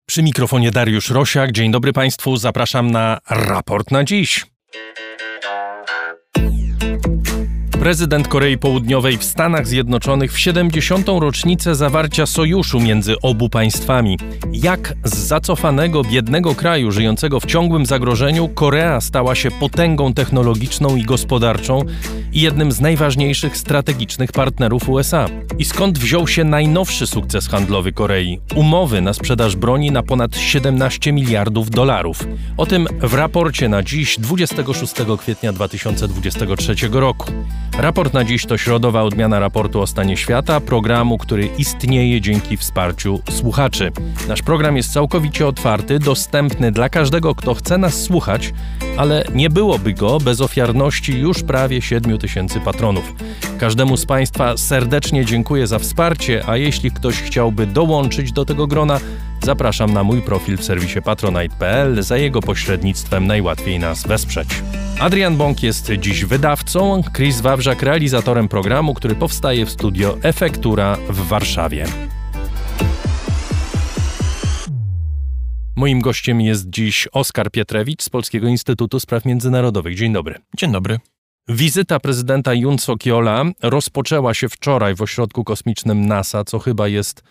Przy mikrofonie Dariusz Rosiak. Dzień dobry Państwu, zapraszam na raport na dziś. Prezydent Korei Południowej w Stanach Zjednoczonych w 70. rocznicę zawarcia sojuszu między obu państwami. Jak z zacofanego, biednego kraju żyjącego w ciągłym zagrożeniu Korea stała się potęgą technologiczną i gospodarczą i jednym z najważniejszych strategicznych partnerów USA. I skąd wziął się najnowszy sukces handlowy Korei? Umowy na sprzedaż broni na ponad 17 miliardów dolarów. O tym w raporcie na dziś 26 kwietnia 2023 roku. Raport na dziś to środowa odmiana raportu o stanie świata, programu, który istnieje dzięki wsparciu słuchaczy. Nasz program jest całkowicie otwarty, dostępny dla każdego, kto chce nas słuchać, ale nie byłoby go bez ofiarności już prawie 7 000 patronów. Każdemu z Państwa serdecznie dziękuję za wsparcie, a jeśli ktoś chciałby dołączyć do tego grona, zapraszam na mój profil w serwisie patronite.pl. Za jego pośrednictwem najłatwiej nas wesprzeć. Adrian Bąk jest dziś wydawcą, Chris Wawrzak realizatorem programu, który powstaje w studio Efektura w Warszawie. Moim gościem jest dziś Oskar Pietrewicz z Polskiego Instytutu Spraw Międzynarodowych. Dzień dobry. Dzień dobry. Wizyta prezydenta Yoon Suk-yeola rozpoczęła się wczoraj w ośrodku kosmicznym NASA, co chyba jest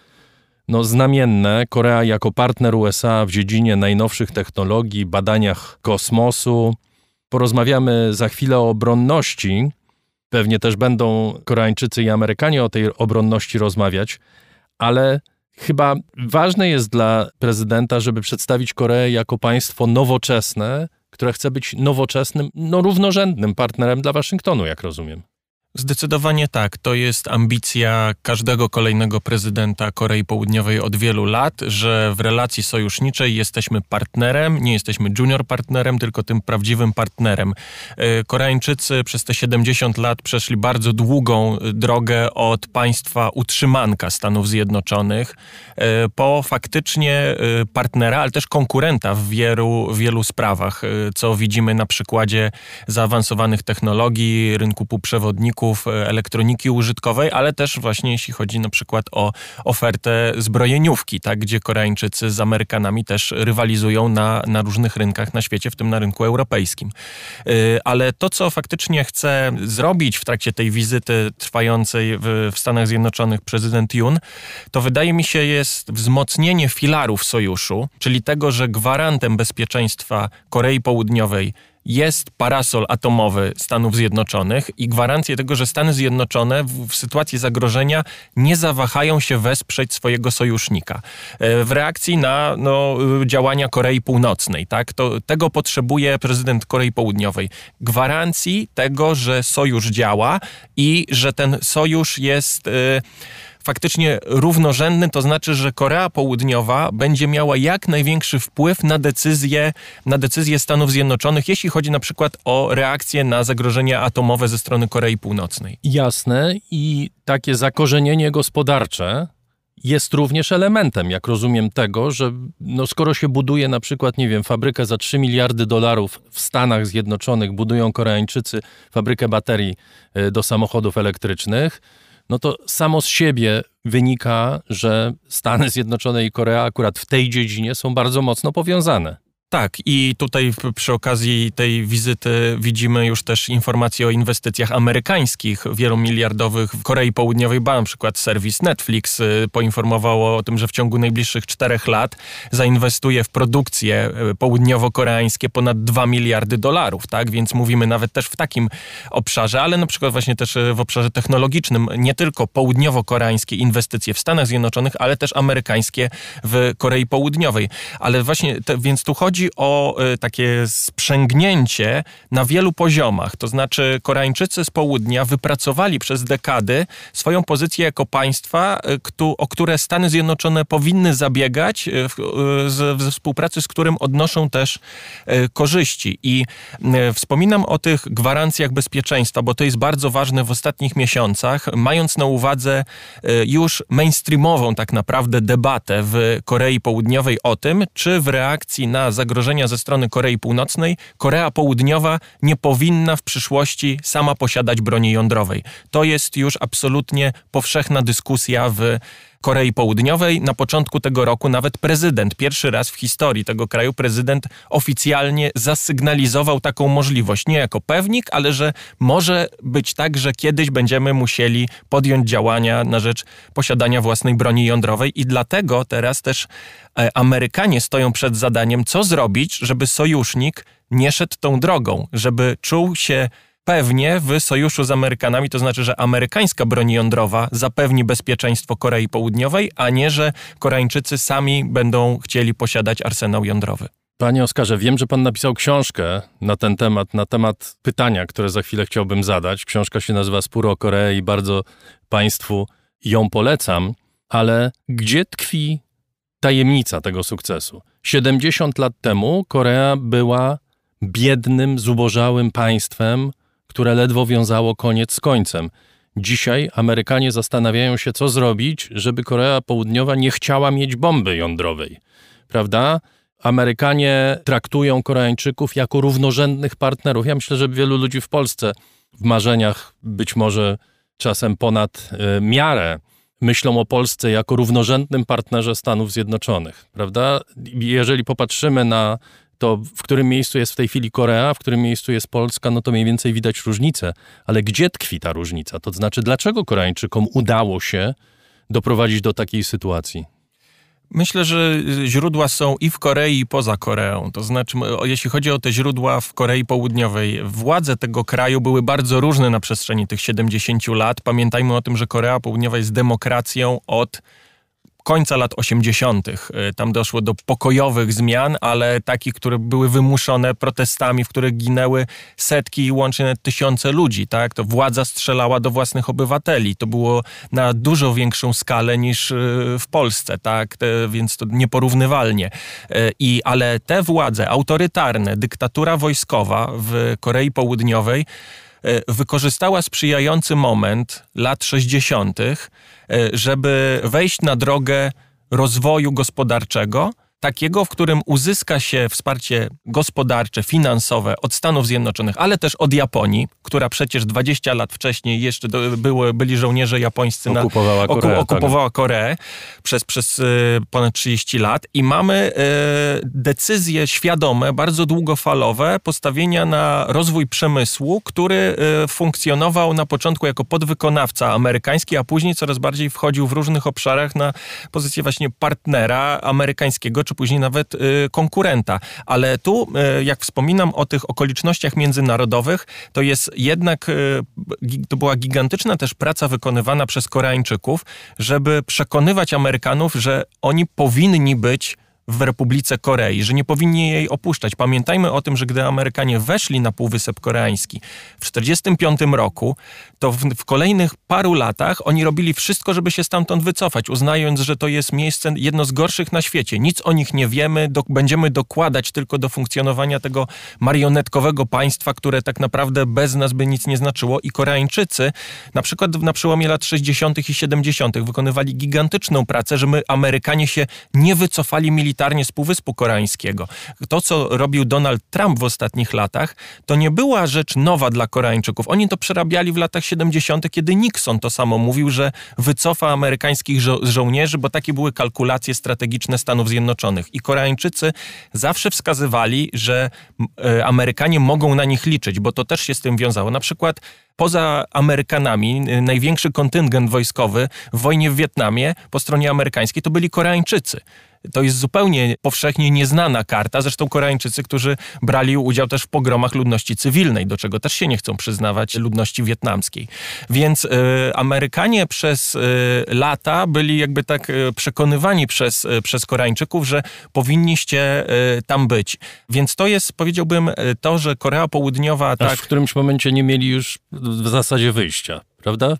znamienne. Korea jako partner USA w dziedzinie najnowszych technologii, badaniach kosmosu. Porozmawiamy za chwilę o obronności. Pewnie też będą Koreańczycy i Amerykanie o tej obronności rozmawiać, ale chyba ważne jest dla prezydenta, żeby przedstawić Koreę jako państwo nowoczesne, które chce być nowoczesnym, równorzędnym partnerem dla Waszyngtonu, jak rozumiem. Zdecydowanie tak. To jest ambicja każdego kolejnego prezydenta Korei Południowej od wielu lat, że w relacji sojuszniczej jesteśmy partnerem, nie jesteśmy junior partnerem, tylko tym prawdziwym partnerem. Koreańczycy przez te 70 lat przeszli bardzo długą drogę od państwa utrzymanka Stanów Zjednoczonych po faktycznie partnera, ale też konkurenta w wielu sprawach, co widzimy na przykładzie zaawansowanych technologii, rynku półprzewodników, elektroniki użytkowej, ale też właśnie jeśli chodzi na przykład o ofertę zbrojeniówki, tak, gdzie Koreańczycy z Amerykanami też rywalizują na różnych rynkach na świecie, w tym na rynku europejskim. Ale to, co faktycznie chce zrobić w trakcie tej wizyty trwającej w Stanach Zjednoczonych prezydent Yoon, to wydaje mi się jest wzmocnienie filarów sojuszu, czyli tego, że gwarantem bezpieczeństwa Korei Południowej jest parasol atomowy Stanów Zjednoczonych i gwarancję tego, że Stany Zjednoczone w sytuacji zagrożenia nie zawahają się wesprzeć swojego sojusznika. W reakcji na działania Korei Północnej, tak? Tego potrzebuje prezydent Korei Południowej. Gwarancji tego, że sojusz działa i że ten sojusz jest faktycznie równorzędny, to znaczy, że Korea Południowa będzie miała jak największy wpływ na decyzje Stanów Zjednoczonych, jeśli chodzi na przykład o reakcję na zagrożenia atomowe ze strony Korei Północnej. Jasne, i takie zakorzenienie gospodarcze jest również elementem, jak rozumiem, tego, że skoro się buduje na przykład, fabrykę za 3 miliardy dolarów w Stanach Zjednoczonych, budują Koreańczycy fabrykę baterii do samochodów elektrycznych, to samo z siebie wynika, że Stany Zjednoczone i Korea akurat w tej dziedzinie są bardzo mocno powiązane. Tak, i tutaj przy okazji tej wizyty widzimy już też informacje o inwestycjach amerykańskich, wielomiliardowych w Korei Południowej, na przykład serwis Netflix poinformował o tym, że w ciągu najbliższych 4 lat zainwestuje w produkcje południowo-koreańskie ponad 2 miliardy dolarów, tak? Więc mówimy nawet też w takim obszarze, ale na przykład właśnie też w obszarze technologicznym, nie tylko południowo-koreańskie inwestycje w Stanach Zjednoczonych, ale też amerykańskie w Korei Południowej. Ale właśnie, więc tu chodzi o takie sprzęgnięcie na wielu poziomach. To znaczy Koreańczycy z południa wypracowali przez dekady swoją pozycję jako państwa, o które Stany Zjednoczone powinny zabiegać, ze współpracy z którym odnoszą też korzyści. I wspominam o tych gwarancjach bezpieczeństwa, bo to jest bardzo ważne w ostatnich miesiącach, mając na uwadze już mainstreamową tak naprawdę debatę w Korei Południowej o tym, czy w reakcji na zagrożenia ze strony Korei Północnej Korea Południowa nie powinna w przyszłości sama posiadać broni jądrowej. To jest już absolutnie powszechna dyskusja Korei Południowej. Na początku tego roku nawet prezydent, pierwszy raz w historii tego kraju, prezydent oficjalnie zasygnalizował taką możliwość. Nie jako pewnik, ale że może być tak, że kiedyś będziemy musieli podjąć działania na rzecz posiadania własnej broni jądrowej i dlatego teraz też Amerykanie stoją przed zadaniem, co zrobić, żeby sojusznik nie szedł tą drogą, żeby czuł się pewnie w sojuszu z Amerykanami, to znaczy, że amerykańska broń jądrowa zapewni bezpieczeństwo Korei Południowej, a nie, że Koreańczycy sami będą chcieli posiadać arsenał jądrowy. Panie Oskarze, wiem, że pan napisał książkę na temat pytania, które za chwilę chciałbym zadać. Książka się nazywa Spór o Koreę i bardzo państwu ją polecam, ale gdzie tkwi tajemnica tego sukcesu? 70 lat temu Korea była biednym, zubożałym państwem, które ledwo wiązało koniec z końcem. Dzisiaj Amerykanie zastanawiają się, co zrobić, żeby Korea Południowa nie chciała mieć bomby jądrowej, prawda? Amerykanie traktują Koreańczyków jako równorzędnych partnerów. Ja myślę, że wielu ludzi w Polsce w marzeniach, być może czasem ponad miarę, myślą o Polsce jako równorzędnym partnerze Stanów Zjednoczonych, prawda? Jeżeli popatrzymy na to, w którym miejscu jest w tej chwili Korea, w którym miejscu jest Polska, no to mniej więcej widać różnicę. Ale gdzie tkwi ta różnica? To znaczy, dlaczego Koreańczykom udało się doprowadzić do takiej sytuacji? Myślę, że źródła są i w Korei, i poza Koreą. To znaczy, jeśli chodzi o te źródła w Korei Południowej, władze tego kraju były bardzo różne na przestrzeni tych 70 lat. Pamiętajmy o tym, że Korea Południowa jest demokracją od końca lat 80. Tam doszło do pokojowych zmian, ale takich, które były wymuszone protestami, w których ginęły setki i łącznie nawet tysiące ludzi. Tak? To władza strzelała do własnych obywateli. To było na dużo większą skalę niż w Polsce, tak? Więc to nieporównywalnie. Ale te władze autorytarne, dyktatura wojskowa w Korei Południowej wykorzystała sprzyjający moment lat 60., żeby wejść na drogę rozwoju gospodarczego, takiego, w którym uzyska się wsparcie gospodarcze, finansowe od Stanów Zjednoczonych, ale też od Japonii, która przecież 20 lat wcześniej jeszcze byli żołnierze japońscy okupowała Koreę przez ponad 30 lat i mamy decyzje świadome, bardzo długofalowe postawienia na rozwój przemysłu, który funkcjonował na początku jako podwykonawca amerykański, a później coraz bardziej wchodził w różnych obszarach na pozycję właśnie partnera amerykańskiego, czy później nawet konkurenta. Ale tu, jak wspominam o tych okolicznościach międzynarodowych, to jest jednak, to była gigantyczna też praca wykonywana przez Koreańczyków, żeby przekonywać Amerykanów, że oni powinni być w Republice Korei, że nie powinni jej opuszczać. Pamiętajmy o tym, że gdy Amerykanie weszli na Półwysep Koreański w 1945 roku, to w kolejnych paru latach oni robili wszystko, żeby się stamtąd wycofać, uznając, że to jest miejsce jedno z gorszych na świecie. Nic o nich nie wiemy, będziemy dokładać tylko do funkcjonowania tego marionetkowego państwa, które tak naprawdę bez nas by nic nie znaczyło. I Koreańczycy, na przykład na przełomie lat 60. i 70. wykonywali gigantyczną pracę, żeby Amerykanie się nie wycofali militarnie z Półwyspu Koreańskiego. To, co robił Donald Trump w ostatnich latach, to nie była rzecz nowa dla Koreańczyków. Oni to przerabiali w latach 70., kiedy Nixon to samo mówił, że wycofa amerykańskich żołnierzy, bo takie były kalkulacje strategiczne Stanów Zjednoczonych. I Koreańczycy zawsze wskazywali, że Amerykanie mogą na nich liczyć, bo to też się z tym wiązało. Na przykład poza Amerykanami największy kontyngent wojskowy w wojnie w Wietnamie po stronie amerykańskiej to byli Koreańczycy. To jest zupełnie powszechnie nieznana karta. Zresztą Koreańczycy, którzy brali udział też w pogromach ludności cywilnej, do czego też się nie chcą przyznawać ludności wietnamskiej. Więc Amerykanie przez lata byli jakby tak przekonywani przez Koreańczyków, że powinniście tam być. Więc to jest, powiedziałbym, to, że Korea Południowa... Aż w którymś momencie nie mieli już w zasadzie wyjścia, prawda?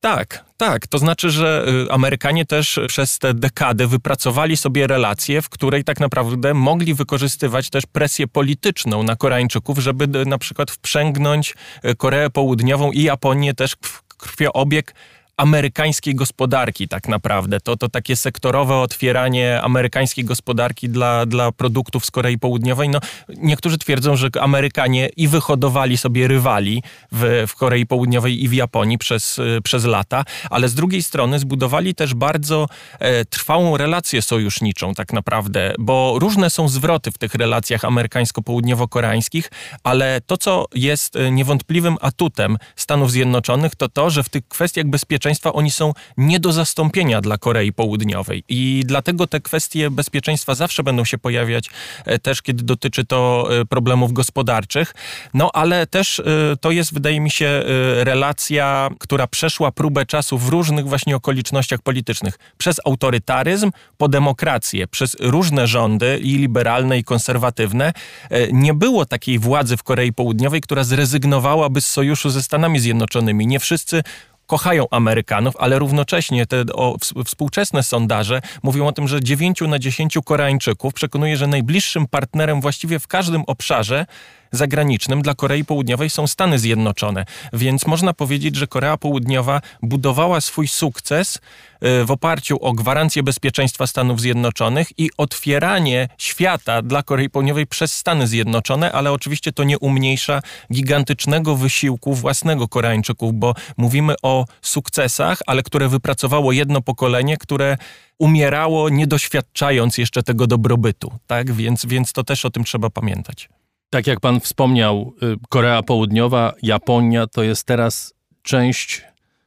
Tak. To znaczy, że Amerykanie też przez te dekady wypracowali sobie relacje, w której tak naprawdę mogli wykorzystywać też presję polityczną na Koreańczyków, żeby na przykład wprzęgnąć Koreę Południową i Japonię też w krwiobieg amerykańskiej gospodarki tak naprawdę. To takie sektorowe otwieranie amerykańskiej gospodarki dla produktów z Korei Południowej. No, niektórzy twierdzą, że Amerykanie i wyhodowali sobie rywali w Korei Południowej i w Japonii przez lata, ale z drugiej strony zbudowali też bardzo trwałą relację sojuszniczą tak naprawdę, bo różne są zwroty w tych relacjach amerykańsko-południowo-koreańskich, ale to, co jest niewątpliwym atutem Stanów Zjednoczonych, to, że w tych kwestiach bezpieczeństwa oni są nie do zastąpienia dla Korei Południowej i dlatego te kwestie bezpieczeństwa zawsze będą się pojawiać też, kiedy dotyczy to problemów gospodarczych, no ale też to jest, wydaje mi się, relacja, która przeszła próbę czasu w różnych właśnie okolicznościach politycznych. Przez autorytaryzm po demokrację, przez różne rządy i liberalne i konserwatywne. Nie było takiej władzy w Korei Południowej, która zrezygnowałaby z sojuszu ze Stanami Zjednoczonymi. Nie wszyscy kochają Amerykanów, ale równocześnie te współczesne sondaże mówią o tym, że 9 na 10 Koreańczyków przekonuje, że najbliższym partnerem właściwie w każdym obszarze zagranicznym dla Korei Południowej są Stany Zjednoczone. Więc można powiedzieć, że Korea Południowa budowała swój sukces w oparciu o gwarancję bezpieczeństwa Stanów Zjednoczonych i otwieranie świata dla Korei Południowej przez Stany Zjednoczone, ale oczywiście to nie umniejsza gigantycznego wysiłku własnego Koreańczyków, bo mówimy o sukcesach, ale które wypracowało jedno pokolenie, które umierało nie doświadczając jeszcze tego dobrobytu. Tak? Więc to też o tym trzeba pamiętać. Tak jak pan wspomniał, Korea Południowa, Japonia to jest teraz część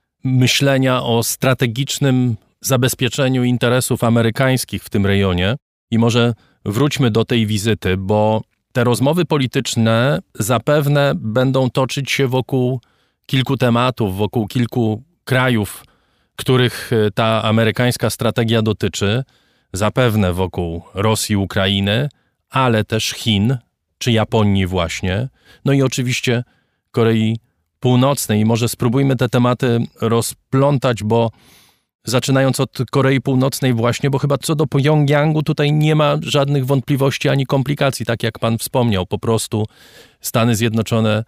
myślenia o strategicznym zabezpieczeniu interesów amerykańskich w tym rejonie. I może wróćmy do tej wizyty, bo te rozmowy polityczne zapewne będą toczyć się wokół kilku tematów, wokół kilku krajów, których ta amerykańska strategia dotyczy. Zapewne wokół Rosji, Ukrainy, ale też Chin, czy Japonii właśnie, no i oczywiście Korei Północnej. I może spróbujmy te tematy rozplątać, bo zaczynając od Korei Północnej właśnie, bo chyba co do Pjongjangu tutaj nie ma żadnych wątpliwości ani komplikacji, tak jak pan wspomniał. Po prostu Stany Zjednoczone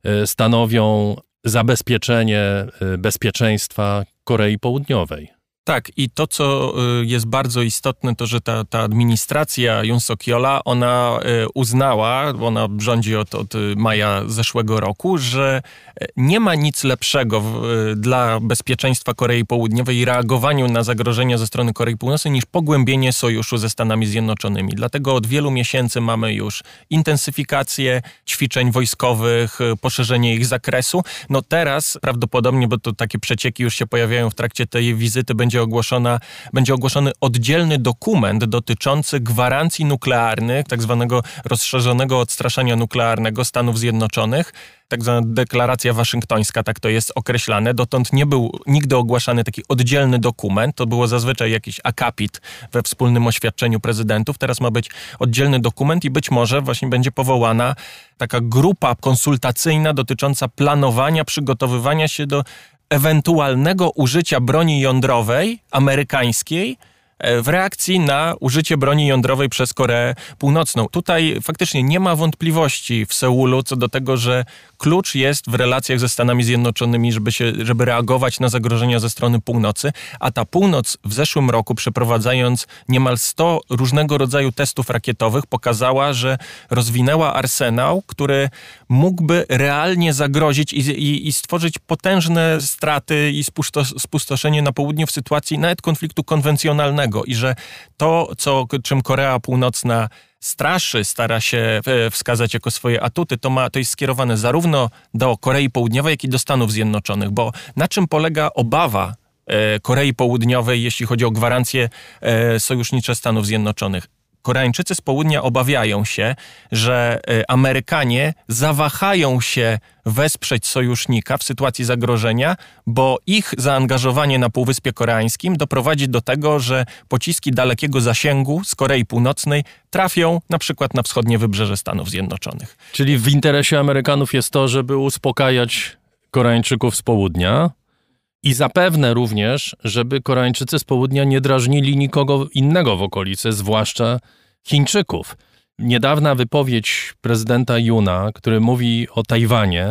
stanowią zabezpieczenie bezpieczeństwa Korei Południowej. Tak, i to, co jest bardzo istotne, to, że ta administracja Yoon Suk-yeola, ona uznała, ona rządzi od maja zeszłego roku, że nie ma nic lepszego dla bezpieczeństwa Korei Południowej i reagowaniu na zagrożenia ze strony Korei Północnej niż pogłębienie sojuszu ze Stanami Zjednoczonymi. Dlatego od wielu miesięcy mamy już intensyfikację ćwiczeń wojskowych, poszerzenie ich zakresu. No teraz prawdopodobnie, bo to takie przecieki już się pojawiają w trakcie tej wizyty, będzie ogłoszony oddzielny dokument dotyczący gwarancji nuklearnych, tak zwanego rozszerzonego odstraszania nuklearnego Stanów Zjednoczonych. Tak zwana deklaracja waszyngtońska, tak to jest określane. Dotąd nie był nigdy ogłaszany taki oddzielny dokument. To było zazwyczaj jakiś akapit we wspólnym oświadczeniu prezydentów. Teraz ma być oddzielny dokument i być może właśnie będzie powołana taka grupa konsultacyjna dotycząca planowania, przygotowywania się do ewentualnego użycia broni jądrowej amerykańskiej w reakcji na użycie broni jądrowej przez Koreę Północną. Tutaj faktycznie nie ma wątpliwości w Seulu co do tego, że klucz jest w relacjach ze Stanami Zjednoczonymi, żeby reagować na zagrożenia ze strony północy, a ta północ w zeszłym roku, przeprowadzając niemal 100 różnego rodzaju testów rakietowych, pokazała, że rozwinęła arsenał, który mógłby realnie zagrozić i stworzyć potężne straty i spustoszenie na południu w sytuacji nawet konfliktu konwencjonalnego i że to, czym Korea Północna straszy, stara się wskazać jako swoje atuty, to jest skierowane zarówno do Korei Południowej, jak i do Stanów Zjednoczonych, bo na czym polega obawa Korei Południowej, jeśli chodzi o gwarancje sojusznicze Stanów Zjednoczonych? Koreańczycy z południa obawiają się, że Amerykanie zawahają się wesprzeć sojusznika w sytuacji zagrożenia, bo ich zaangażowanie na Półwyspie Koreańskim doprowadzi do tego, że pociski dalekiego zasięgu z Korei Północnej trafią na przykład na wschodnie wybrzeże Stanów Zjednoczonych. Czyli w interesie Amerykanów jest to, żeby uspokajać Koreańczyków z południa i zapewne również, żeby Koreańczycy z południa nie drażnili nikogo innego w okolicy, zwłaszcza Chińczyków. Niedawna wypowiedź prezydenta Yoona, który mówi o Tajwanie,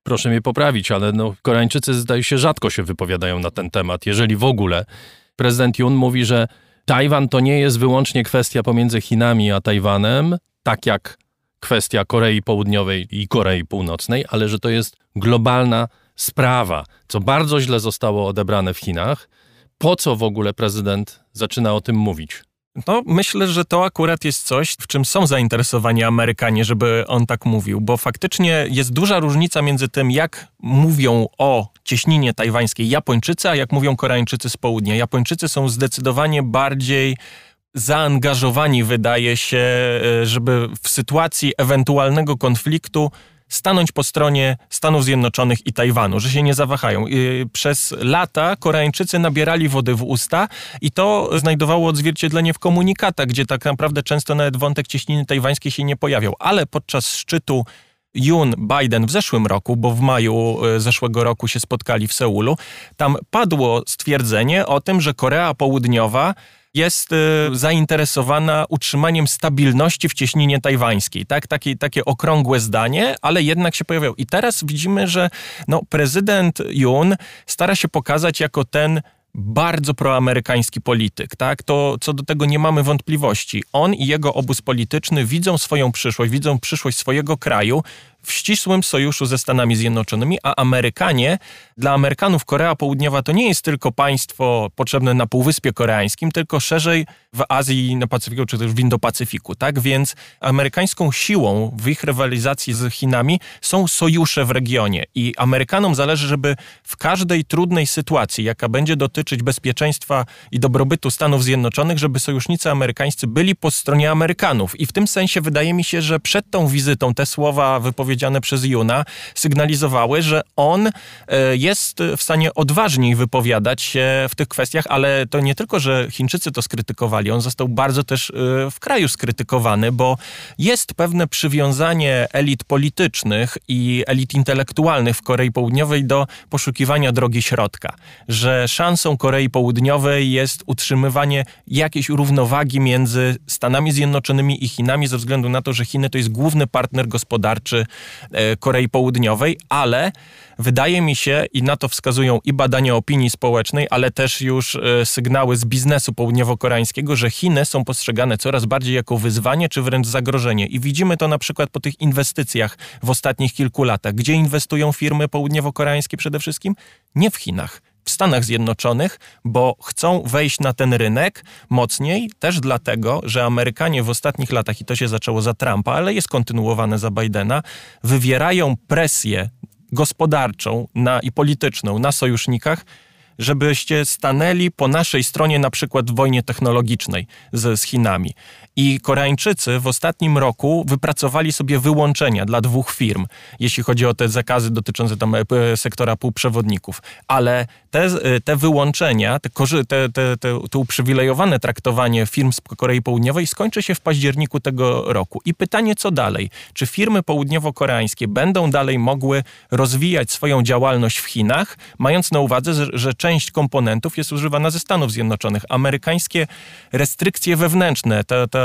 proszę mnie poprawić, ale Koreańczycy zdaje się rzadko się wypowiadają na ten temat, jeżeli w ogóle. Prezydent Yoon mówi, że Tajwan to nie jest wyłącznie kwestia pomiędzy Chinami a Tajwanem, tak jak kwestia Korei Południowej i Korei Północnej, ale że to jest globalna sprawa, co bardzo źle zostało odebrane w Chinach. Po co w ogóle prezydent zaczyna o tym mówić? Myślę, że to akurat jest coś, w czym są zainteresowani Amerykanie, żeby on tak mówił, bo faktycznie jest duża różnica między tym, jak mówią o cieśninie tajwańskiej Japończycy, a jak mówią Koreańczycy z południa. Japończycy są zdecydowanie bardziej zaangażowani, wydaje się, żeby w sytuacji ewentualnego konfliktu stanąć po stronie Stanów Zjednoczonych i Tajwanu, że się nie zawahają. Przez lata Koreańczycy nabierali wody w usta i to znajdowało odzwierciedlenie w komunikatach, gdzie tak naprawdę często nawet wątek cieśniny tajwańskiej się nie pojawiał. Ale podczas szczytu Yoon-Biden w zeszłym roku, bo w maju zeszłego roku się spotkali w Seulu, tam padło stwierdzenie o tym, że Korea Południowa jest zainteresowana utrzymaniem stabilności w cieśninie tajwańskiej. Tak? Takie okrągłe zdanie, ale jednak się pojawiało. I teraz widzimy, że prezydent Yoon stara się pokazać jako ten bardzo proamerykański polityk, tak? To co do tego nie mamy wątpliwości. On i jego obóz polityczny widzą swoją przyszłość, widzą przyszłość swojego kraju w ścisłym sojuszu ze Stanami Zjednoczonymi, a dla Amerykanów Korea Południowa to nie jest tylko państwo potrzebne na Półwyspie Koreańskim, tylko szerzej w Azji, na Pacyfiku, czy też w Indo-Pacyfiku, tak? Więc amerykańską siłą w ich rywalizacji z Chinami są sojusze w regionie i Amerykanom zależy, żeby w każdej trudnej sytuacji, jaka będzie dotyczyć bezpieczeństwa i dobrobytu Stanów Zjednoczonych, żeby sojusznicy amerykańscy byli po stronie Amerykanów. I w tym sensie wydaje mi się, że przed tą wizytą te słowa wypowiedziane przez Yoona sygnalizowały, że on jest w stanie odważniej wypowiadać się w tych kwestiach, ale to nie tylko, że Chińczycy to skrytykowali, on został bardzo też w kraju skrytykowany, bo jest pewne przywiązanie elit politycznych i elit intelektualnych w Korei Południowej do poszukiwania drogi środka, że szansą Korei Południowej jest utrzymywanie jakiejś równowagi między Stanami Zjednoczonymi i Chinami ze względu na to, że Chiny to jest główny partner gospodarczy Korei Południowej, ale wydaje mi się, i na to wskazują i badania opinii społecznej, ale też już sygnały z biznesu południowo-koreańskiego, że Chiny są postrzegane coraz bardziej jako wyzwanie, czy wręcz zagrożenie. I widzimy to na przykład po tych inwestycjach w ostatnich kilku latach. Gdzie inwestują firmy południowo-koreańskie przede wszystkim? Nie w Chinach. W Stanach Zjednoczonych, bo chcą wejść na ten rynek mocniej, też dlatego, że Amerykanie w ostatnich latach, i to się zaczęło za Trumpa, ale jest kontynuowane za Bidena, wywierają presję gospodarczą i polityczną na sojusznikach, żebyście stanęli po naszej stronie na przykład w wojnie technologicznej z Chinami. I Koreańczycy w ostatnim roku wypracowali sobie wyłączenia dla 2 firm, jeśli chodzi o te zakazy dotyczące sektora półprzewodników. Ale te wyłączenia, to uprzywilejowane traktowanie firm z Korei Południowej skończy się w październiku tego roku. I pytanie, co dalej? Czy firmy południowo-koreańskie będą dalej mogły rozwijać swoją działalność w Chinach, mając na uwadze, że część komponentów jest używana ze Stanów Zjednoczonych. Amerykańskie restrykcje wewnętrzne,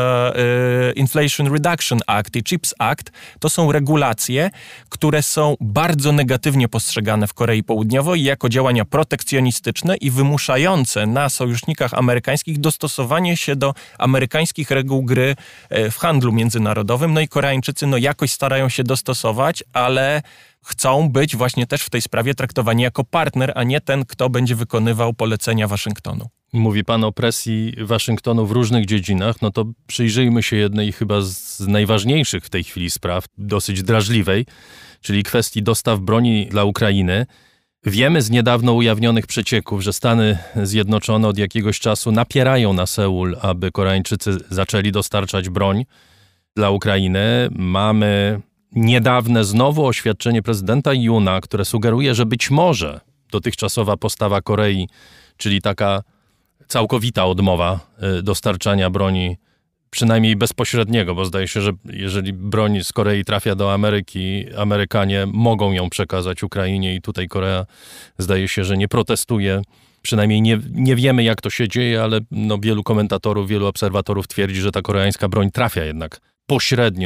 Inflation Reduction Act i CHIPS Act, to są regulacje, które są bardzo negatywnie postrzegane w Korei Południowej jako działania protekcjonistyczne i wymuszające na sojusznikach amerykańskich dostosowanie się do amerykańskich reguł gry w handlu międzynarodowym. I Koreańczycy jakoś starają się dostosować, ale chcą być właśnie też w tej sprawie traktowani jako partner, a nie ten, kto będzie wykonywał polecenia Waszyngtonu. Mówi pan o presji Waszyngtonu w różnych dziedzinach, to przyjrzyjmy się jednej chyba z najważniejszych w tej chwili spraw, dosyć drażliwej, czyli kwestii dostaw broni dla Ukrainy. Wiemy z niedawno ujawnionych przecieków, że Stany Zjednoczone od jakiegoś czasu napierają na Seul, aby Koreańczycy zaczęli dostarczać broń dla Ukrainy. Mamy niedawne znowu oświadczenie prezydenta Yoona, które sugeruje, że być może dotychczasowa postawa Korei, czyli taka całkowita odmowa dostarczania broni, przynajmniej bezpośredniego, bo zdaje się, że jeżeli broń z Korei trafia do Ameryki, Amerykanie mogą ją przekazać Ukrainie i tutaj Korea zdaje się, że nie protestuje. Przynajmniej nie wiemy, jak to się dzieje, ale wielu komentatorów, wielu obserwatorów twierdzi, że ta koreańska broń trafia jednak pośrednio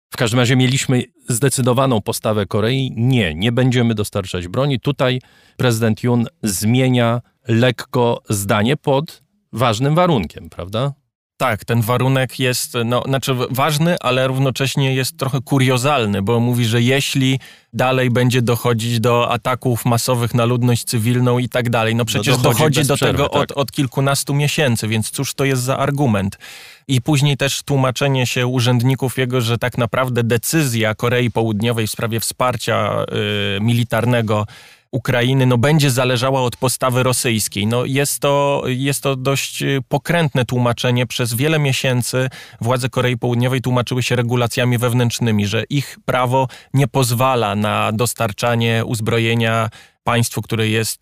W każdym razie mieliśmy zdecydowaną postawę Korei. Nie będziemy dostarczać broni. Tutaj prezydent Yoon zmienia lekko zdanie pod ważnym warunkiem, prawda? Tak, ten warunek jest ważny, ale równocześnie jest trochę kuriozalny, bo mówi, że jeśli dalej będzie dochodzić do ataków masowych na ludność cywilną i tak dalej, no przecież dochodzi do tego od kilkunastu miesięcy, więc cóż to jest za argument? I później też tłumaczenie się urzędników jego, że tak naprawdę decyzja Korei Południowej w sprawie wsparcia militarnego Ukrainy będzie zależała od postawy rosyjskiej. Jest to dość pokrętne tłumaczenie. Przez wiele miesięcy władze Korei Południowej tłumaczyły się regulacjami wewnętrznymi, że ich prawo nie pozwala na dostarczanie uzbrojenia państwu, które jest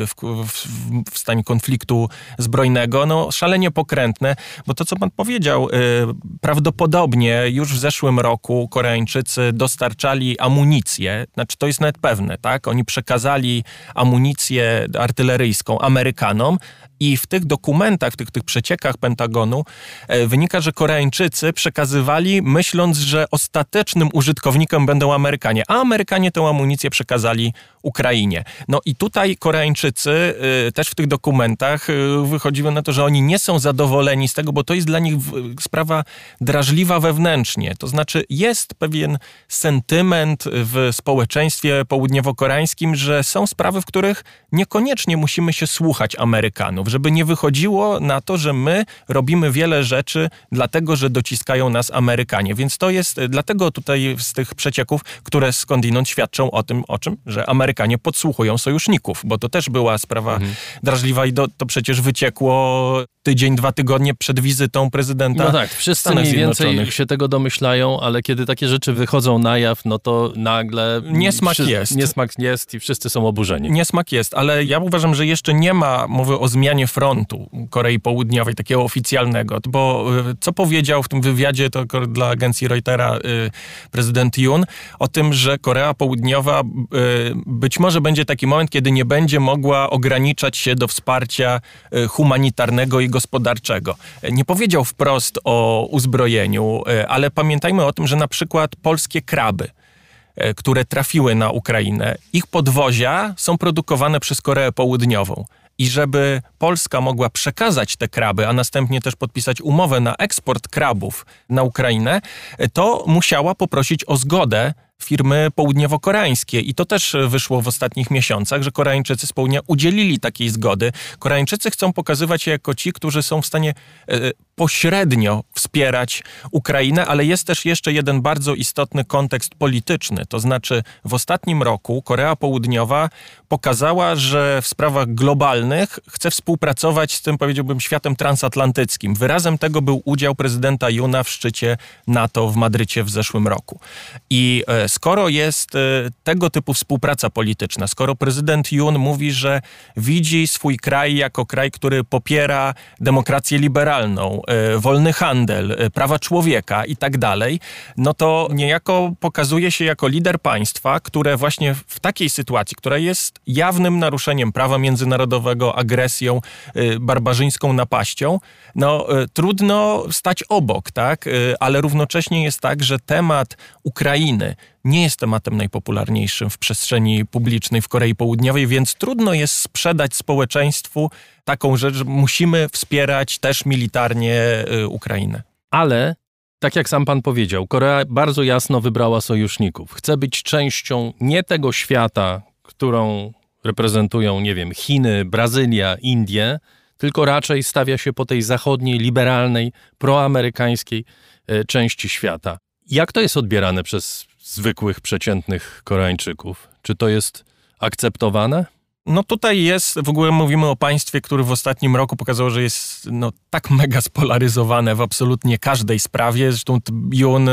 w stanie konfliktu zbrojnego, szalenie pokrętne, bo to, co pan powiedział, prawdopodobnie już w zeszłym roku Koreańczycy dostarczali amunicję, to jest nawet pewne, tak? Oni przekazali amunicję artyleryjską Amerykanom i w tych dokumentach, w tych przeciekach Pentagonu wynika, że Koreańczycy przekazywali, myśląc, że ostatecznym użytkownikiem będą Amerykanie, a Amerykanie tę amunicję przekazali Ukrainie. I tutaj Koreańczycy też w tych dokumentach wychodziło na to, że oni nie są zadowoleni z tego, bo to jest dla nich sprawa drażliwa wewnętrznie. To znaczy jest pewien sentyment w społeczeństwie południowo-koreańskim, że są sprawy, w których niekoniecznie musimy się słuchać Amerykanów, żeby nie wychodziło na to, że my robimy wiele rzeczy dlatego, że dociskają nas Amerykanie. Więc to jest dlatego tutaj z tych przecieków, które skądinąd świadczą o czym? Że Amerykanie podsłuchują sojuszników, bo to też była sprawa drażliwa i to przecież wyciekło tydzień, 2 tygodnie przed wizytą prezydenta. No tak, wszyscy mniej więcej się tego domyślają, ale kiedy takie rzeczy wychodzą na jaw, to nagle niesmak jest i wszyscy są oburzeni. Niesmak jest, ale ja uważam, że jeszcze nie ma mowy o zmianie frontu Korei Południowej, takiego oficjalnego, bo co powiedział w tym wywiadzie dla agencji Reutera prezydent Yoon o tym, że Korea Południowa być może będzie taki moment, kiedy nie będzie mogła ograniczać się do wsparcia humanitarnego i gospodarczego. Nie powiedział wprost o uzbrojeniu, ale pamiętajmy o tym, że na przykład polskie kraby, które trafiły na Ukrainę, ich podwozia są produkowane przez Koreę Południową. I żeby Polska mogła przekazać te kraby, a następnie też podpisać umowę na eksport krabów na Ukrainę, to musiała poprosić o zgodę firmy południowo-koreańskie. I to też wyszło w ostatnich miesiącach, że Koreańczycy z południa udzielili takiej zgody. Koreańczycy chcą pokazywać się jako ci, którzy są w stanie pośrednio wspierać Ukrainę, ale jest też jeszcze jeden bardzo istotny kontekst polityczny. To znaczy w ostatnim roku Korea Południowa pokazała, że w sprawach globalnych chce współpracować z tym, powiedziałbym, światem transatlantyckim. Wyrazem tego był udział prezydenta Yoona w szczycie NATO w Madrycie w zeszłym roku. I skoro jest tego typu współpraca polityczna, skoro prezydent Yoon mówi, że widzi swój kraj jako kraj, który popiera demokrację liberalną, wolny handel, prawa człowieka i tak dalej, to niejako pokazuje się jako lider państwa, które właśnie w takiej sytuacji, która jest jawnym naruszeniem prawa międzynarodowego, agresją, barbarzyńską napaścią, trudno stać obok, tak? Ale równocześnie jest tak, że temat Ukrainy nie jest tematem najpopularniejszym w przestrzeni publicznej w Korei Południowej, więc trudno jest sprzedać społeczeństwu taką rzecz, że musimy wspierać też militarnie Ukrainę. Ale, tak jak sam pan powiedział, Korea bardzo jasno wybrała sojuszników. Chce być częścią nie tego świata, którą reprezentują, Chiny, Brazylia, Indie, tylko raczej stawia się po tej zachodniej, liberalnej, proamerykańskiej części świata. Jak to jest odbierane przez zwykłych, przeciętnych Koreańczyków? Czy to jest akceptowane? Tutaj jest, w ogóle mówimy o państwie, które w ostatnim roku pokazało, że jest tak mega spolaryzowane w absolutnie każdej sprawie. Zresztą Yoon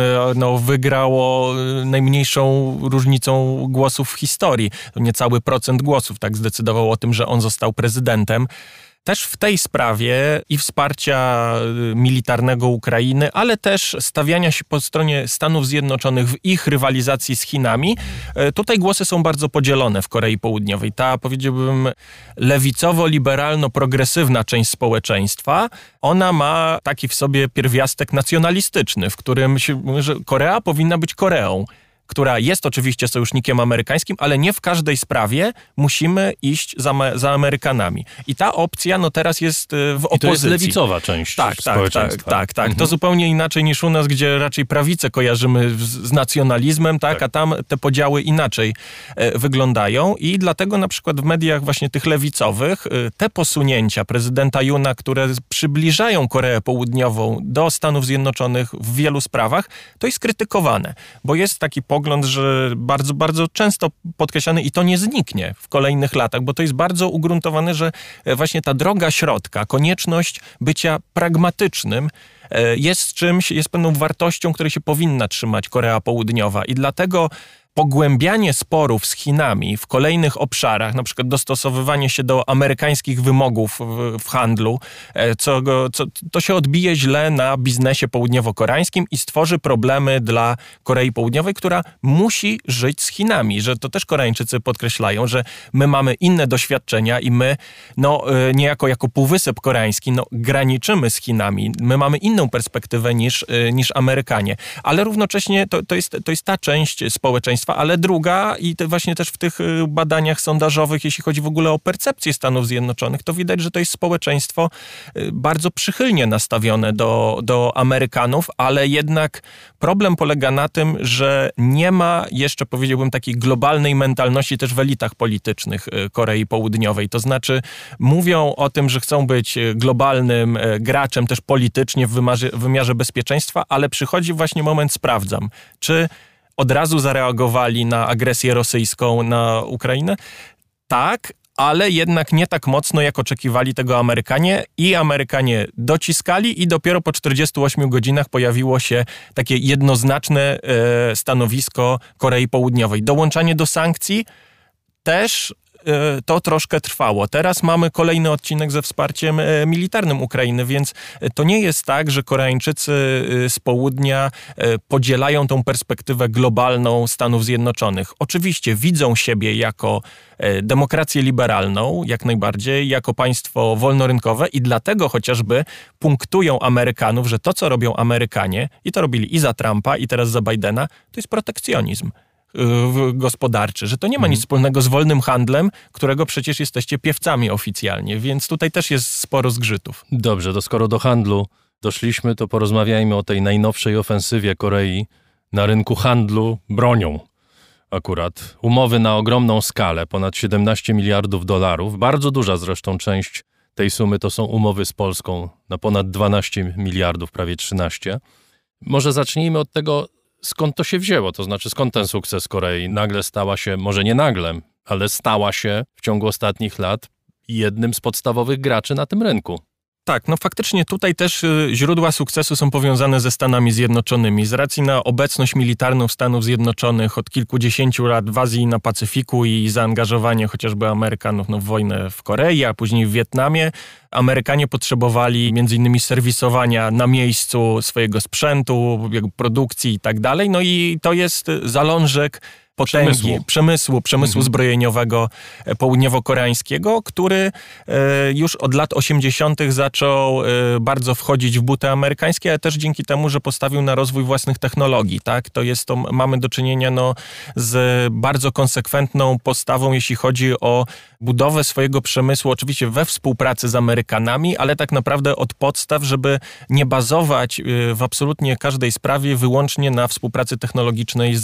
wygrało najmniejszą różnicą głosów w historii. To niecały procent głosów tak zdecydował o tym, że on został prezydentem. też w tej sprawie i wsparcia militarnego Ukrainy, ale też stawiania się po stronie Stanów Zjednoczonych w ich rywalizacji z Chinami, tutaj głosy są bardzo podzielone w Korei Południowej. Ta, powiedziałbym, lewicowo-liberalno-progresywna część społeczeństwa, ona ma taki w sobie pierwiastek nacjonalistyczny, w którym się mówi, że Korea powinna być Koreą, która jest oczywiście sojusznikiem amerykańskim, ale nie w każdej sprawie musimy iść za Amerykanami. I ta opcja teraz jest w opozycji. I to jest lewicowa część społeczeństwa. Tak. To zupełnie inaczej niż u nas, gdzie raczej prawicę kojarzymy z nacjonalizmem, tak? A tam te podziały inaczej wyglądają i dlatego na przykład w mediach właśnie tych lewicowych te posunięcia prezydenta Yoona, które przybliżają Koreę Południową do Stanów Zjednoczonych w wielu sprawach, to jest krytykowane, bo jest taki pogląd, że bardzo, bardzo często podkreślany i to nie zniknie w kolejnych latach, bo to jest bardzo ugruntowane, że właśnie ta droga środka, konieczność bycia pragmatycznym jest czymś, jest pewną wartością, której się powinna trzymać Korea Południowa i dlatego pogłębianie sporów z Chinami w kolejnych obszarach, na przykład dostosowywanie się do amerykańskich wymogów w handlu, to się odbije źle na biznesie południowo-koreańskim i stworzy problemy dla Korei Południowej, która musi żyć z Chinami, że to też Koreańczycy podkreślają, że my mamy inne doświadczenia i my niejako jako Półwysep Koreański graniczymy z Chinami. My mamy inną perspektywę niż Amerykanie, ale równocześnie to jest ta część społeczeństwa, ale druga i właśnie też w tych badaniach sondażowych, jeśli chodzi w ogóle o percepcję Stanów Zjednoczonych, to widać, że to jest społeczeństwo bardzo przychylnie nastawione do Amerykanów, ale jednak problem polega na tym, że nie ma jeszcze, powiedziałbym, takiej globalnej mentalności też w elitach politycznych Korei Południowej. To znaczy mówią o tym, że chcą być globalnym graczem też politycznie w wymiarze bezpieczeństwa, ale przychodzi właśnie moment, sprawdzam, czy od razu zareagowali na agresję rosyjską na Ukrainę? Tak, ale jednak nie tak mocno, jak oczekiwali tego Amerykanie i Amerykanie dociskali i dopiero po 48 godzinach pojawiło się takie jednoznaczne stanowisko Korei Południowej. Dołączanie do sankcji też to troszkę trwało. Teraz mamy kolejny odcinek ze wsparciem militarnym Ukrainy, więc to nie jest tak, że Koreańczycy z południa podzielają tą perspektywę globalną Stanów Zjednoczonych. Oczywiście widzą siebie jako demokrację liberalną, jak najbardziej, jako państwo wolnorynkowe i dlatego chociażby punktują Amerykanów, że to, co robią Amerykanie, i to robili i za Trumpa, i teraz za Bidena, to jest protekcjonizm gospodarczy, że to nie ma nic wspólnego z wolnym handlem, którego przecież jesteście piewcami oficjalnie, więc tutaj też jest sporo zgrzytów. Dobrze, to skoro do handlu doszliśmy, to porozmawiajmy o tej najnowszej ofensywie Korei na rynku handlu bronią. Akurat umowy na ogromną skalę, ponad 17 miliardów dolarów, bardzo duża zresztą część tej sumy to są umowy z Polską na ponad 12 miliardów, prawie 13. Może zacznijmy od tego, skąd to się wzięło, to znaczy skąd ten sukces Korei nagle stała się, może nie nagle, ale stała się w ciągu ostatnich lat jednym z podstawowych graczy na tym rynku. Tak, faktycznie tutaj też źródła sukcesu są powiązane ze Stanami Zjednoczonymi. Z racji na obecność militarną Stanów Zjednoczonych od kilkudziesięciu lat w Azji i na Pacyfiku i zaangażowanie chociażby Amerykanów w wojnę w Korei, a później w Wietnamie, Amerykanie potrzebowali między innymi serwisowania na miejscu swojego sprzętu, produkcji i tak dalej. I to jest zalążek potęgi, przemysłu zbrojeniowego południowo-koreańskiego, który już od lat 80. zaczął bardzo wchodzić w buty amerykańskie, ale też dzięki temu, że postawił na rozwój własnych technologii. Tak? Mamy do czynienia z bardzo konsekwentną postawą, jeśli chodzi o budowę swojego przemysłu, oczywiście we współpracy z Amerykanami, ale tak naprawdę od podstaw, żeby nie bazować w absolutnie każdej sprawie wyłącznie na współpracy technologicznej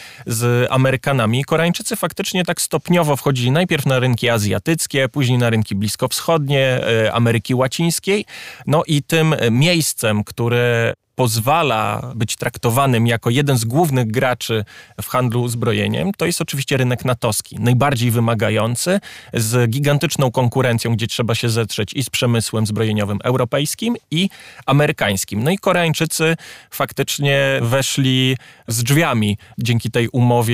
z Amerykanami. Koreańczycy faktycznie tak stopniowo wchodzili najpierw na rynki azjatyckie, później na rynki bliskowschodnie, Ameryki Łacińskiej. I tym miejscem, które pozwala być traktowanym jako jeden z głównych graczy w handlu uzbrojeniem, to jest oczywiście rynek natowski, najbardziej wymagający, z gigantyczną konkurencją, gdzie trzeba się zetrzeć i z przemysłem zbrojeniowym europejskim i amerykańskim. No i Koreańczycy faktycznie weszli z drzwiami dzięki tej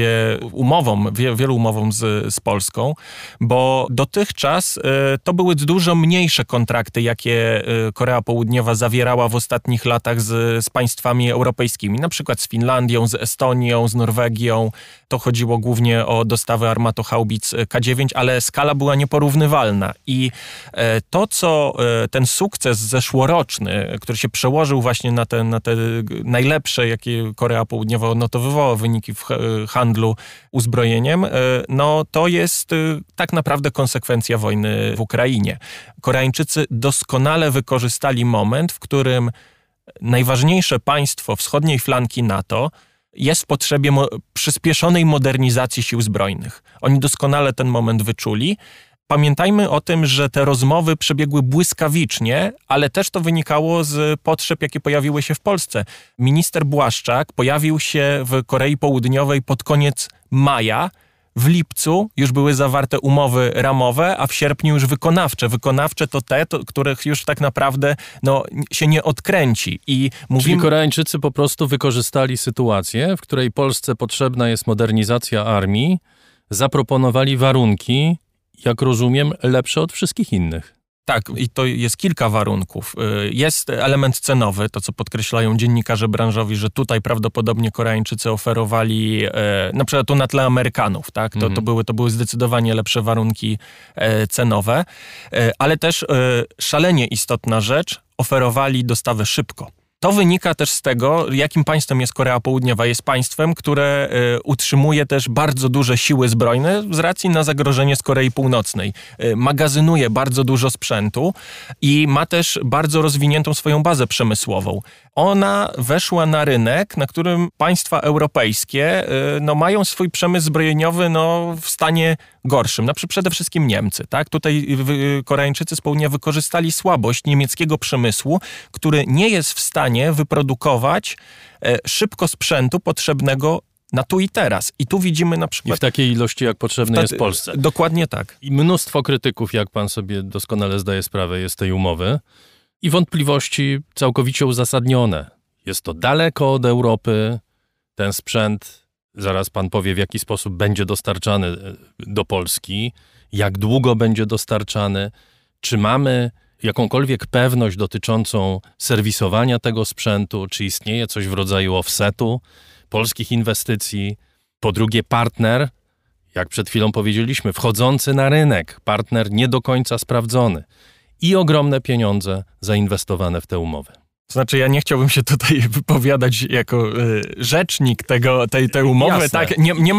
wielu umowom z Polską, bo dotychczas to były dużo mniejsze kontrakty, jakie Korea Południowa zawierała w ostatnich latach z państwami europejskimi, na przykład z Finlandią, z Estonią, z Norwegią. To chodziło głównie o dostawę armatohaubic K9, ale skala była nieporównywalna. I to, co ten sukces zeszłoroczny, który się przełożył właśnie na te najlepsze, jakie Korea Południowa odnotowywała wyniki w handlu uzbrojeniem, no to jest tak naprawdę konsekwencja wojny w Ukrainie. Koreańczycy doskonale wykorzystali moment, w którym najważniejsze państwo wschodniej flanki NATO jest w potrzebie przyspieszonej modernizacji sił zbrojnych. Oni doskonale ten moment wyczuli. Pamiętajmy o tym, że te rozmowy przebiegły błyskawicznie, ale też to wynikało z potrzeb, jakie pojawiły się w Polsce. Minister Błaszczak pojawił się w Korei Południowej pod koniec maja. W lipcu już były zawarte umowy ramowe, a w sierpniu już wykonawcze. Wykonawcze to te, których już tak naprawdę się nie odkręci. Czyli Koreańczycy po prostu wykorzystali sytuację, w której Polsce potrzebna jest modernizacja armii, zaproponowali warunki, jak rozumiem, lepsze od wszystkich innych. Tak, i to jest kilka warunków. Jest element cenowy, to co podkreślają dziennikarze branżowi, że tutaj prawdopodobnie Koreańczycy oferowali, na przykład tu na tle Amerykanów, tak? To były zdecydowanie lepsze warunki cenowe, ale też szalenie istotna rzecz, oferowali dostawę szybko. To wynika też z tego, jakim państwem jest Korea Południowa. Jest państwem, które utrzymuje też bardzo duże siły zbrojne z racji na zagrożenie z Korei Północnej. Magazynuje bardzo dużo sprzętu i ma też bardzo rozwiniętą swoją bazę przemysłową. Ona weszła na rynek, na którym państwa europejskie mają swój przemysł zbrojeniowy w stanie gorszym. Przede wszystkim Niemcy. Tak? Tutaj Koreańczycy z południa wykorzystali słabość niemieckiego przemysłu, który nie jest w stanie wyprodukować szybko sprzętu potrzebnego na tu i teraz. I tu widzimy na przykład... I w takiej ilości, jak potrzebne jest Polsce. Dokładnie tak. I mnóstwo krytyków, jak pan sobie doskonale zdaje sprawę, jest tej umowy. I wątpliwości całkowicie uzasadnione. Jest to daleko od Europy. Ten sprzęt, zaraz pan powie, w jaki sposób będzie dostarczany do Polski, jak długo będzie dostarczany, czy mamy jakąkolwiek pewność dotyczącą serwisowania tego sprzętu, czy istnieje coś w rodzaju offsetu polskich inwestycji. Po drugie, partner, jak przed chwilą powiedzieliśmy, wchodzący na rynek, partner nie do końca sprawdzony i ogromne pieniądze zainwestowane w tę umowę. To znaczy, ja nie chciałbym się tutaj wypowiadać jako rzecznik tej umowy. Jasne. Tak? Nie